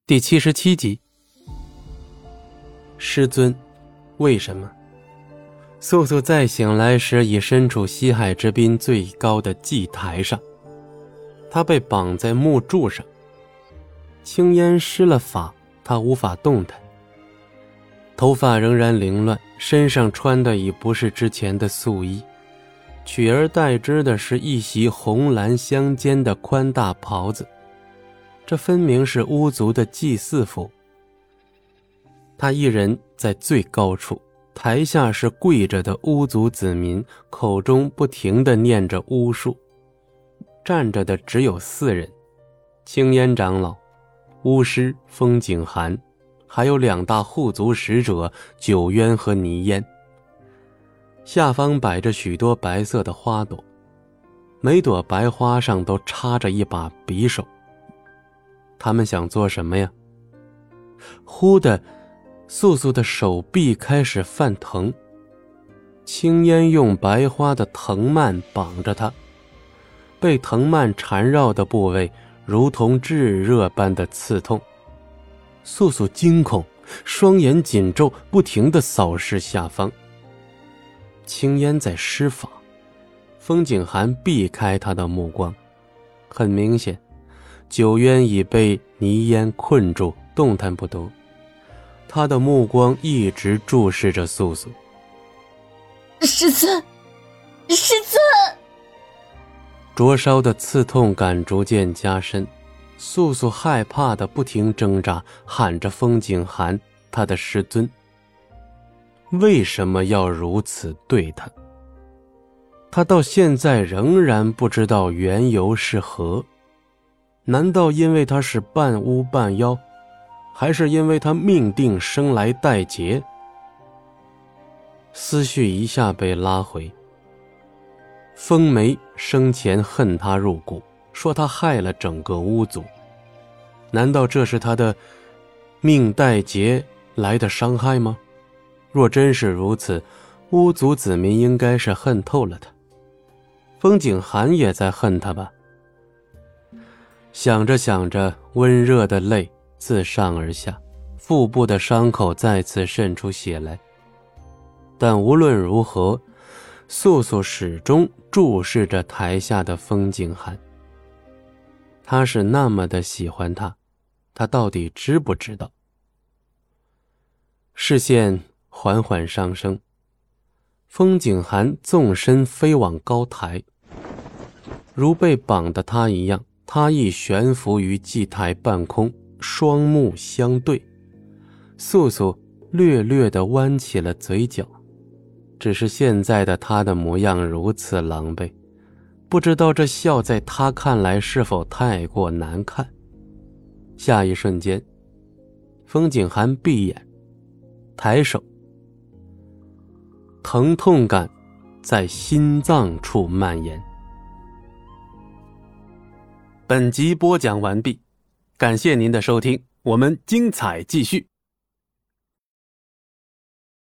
第77集。师尊，为什么？素素再醒来时已身处西海之滨最高的祭台上，她被绑在木柱上，青烟施了法，她无法动弹，头发仍然凌乱，身上穿的已不是之前的素衣，取而代之的是一袭红蓝相间的宽大袍子，这分明是巫族的祭祀服。他一人在最高处，台下是跪着的巫族子民，口中不停地念着巫术。站着的只有4人，青烟长老、巫师风景寒，还有2大护族使者九渊和泥烟。下方摆着许多白色的花朵，每朵白花上都插着一把匕首。他们想做什么呀？忽的，素素的手臂开始泛疼，青烟用白花的藤蔓绑着她，被藤蔓缠绕的部位如同炙热般的刺痛。素素惊恐，双眼紧皱，不停地扫视下方。青烟在施法，风景寒避开他的目光，很明显九渊已被泥烟困住，动弹不得。他的目光一直注视着素素。 师尊，师尊！ 灼烧的刺痛感逐渐加深，素素害怕的不停挣扎，喊着风景寒，他的师尊。为什么要如此对他？他到现在仍然不知道缘由是何。难道因为他是半巫半妖，还是因为他命定生来带劫？思绪一下被拉回。风梅生前恨他入骨，说他害了整个巫族。难道这是他的命带劫来的伤害吗？若真是如此，巫族子民应该是恨透了他。风景寒也在恨他吧？想着想着，温热的泪自上而下，腹部的伤口再次渗出血来。但无论如何，素素始终注视着台下的风景寒。他是那么的喜欢他，他到底知不知道？视线缓缓上升，风景寒纵身飞往高台，如被绑的他一样，他亦悬浮于祭台半空，双目相对。素素略略地弯起了嘴角，只是现在的他的模样如此狼狈，不知道这笑在他看来是否太过难看。下一瞬间，风景寒闭眼，抬手，疼痛感在心脏处蔓延。本集播讲完毕，感谢您的收听，我们精彩继续。